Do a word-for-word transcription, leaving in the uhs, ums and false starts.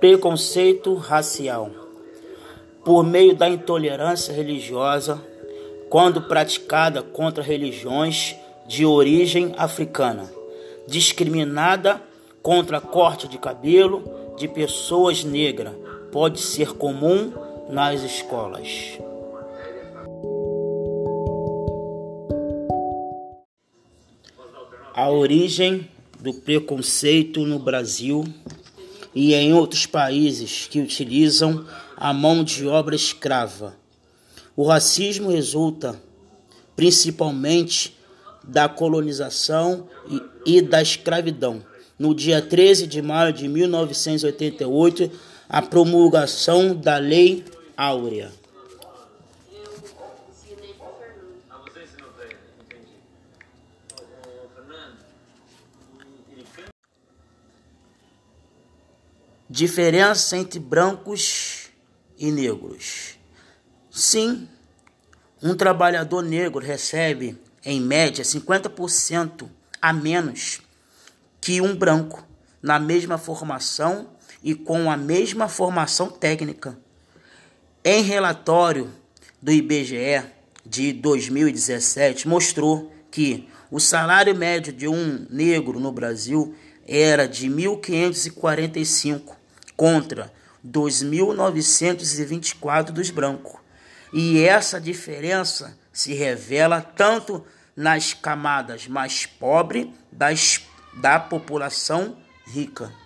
Preconceito racial. Por meio da intolerância religiosa, quando praticada contra religiões de origem africana, discriminada contra corte de cabelo de pessoas negras, pode ser comum nas escolas. A origem do preconceito no Brasil e em outros países que utilizam a mão de obra escrava. O racismo resulta principalmente da colonização e, e da escravidão. No dia treze de maio de mil novecentos e oitenta e oito, a promulgação da Lei Áurea. Diferença entre brancos e negros. Sim, um trabalhador negro recebe, em média, cinquenta por cento a menos que um branco, na mesma formação e com a mesma formação técnica. Em relatório do I B G E de dois mil e dezessete, mostrou que o salário médio de um negro no Brasil era de mil quinhentos e quarenta e cinco contra dois mil novecentos e vinte e quatro dos brancos. E essa diferença se revela tanto nas camadas mais pobres das, da população rica.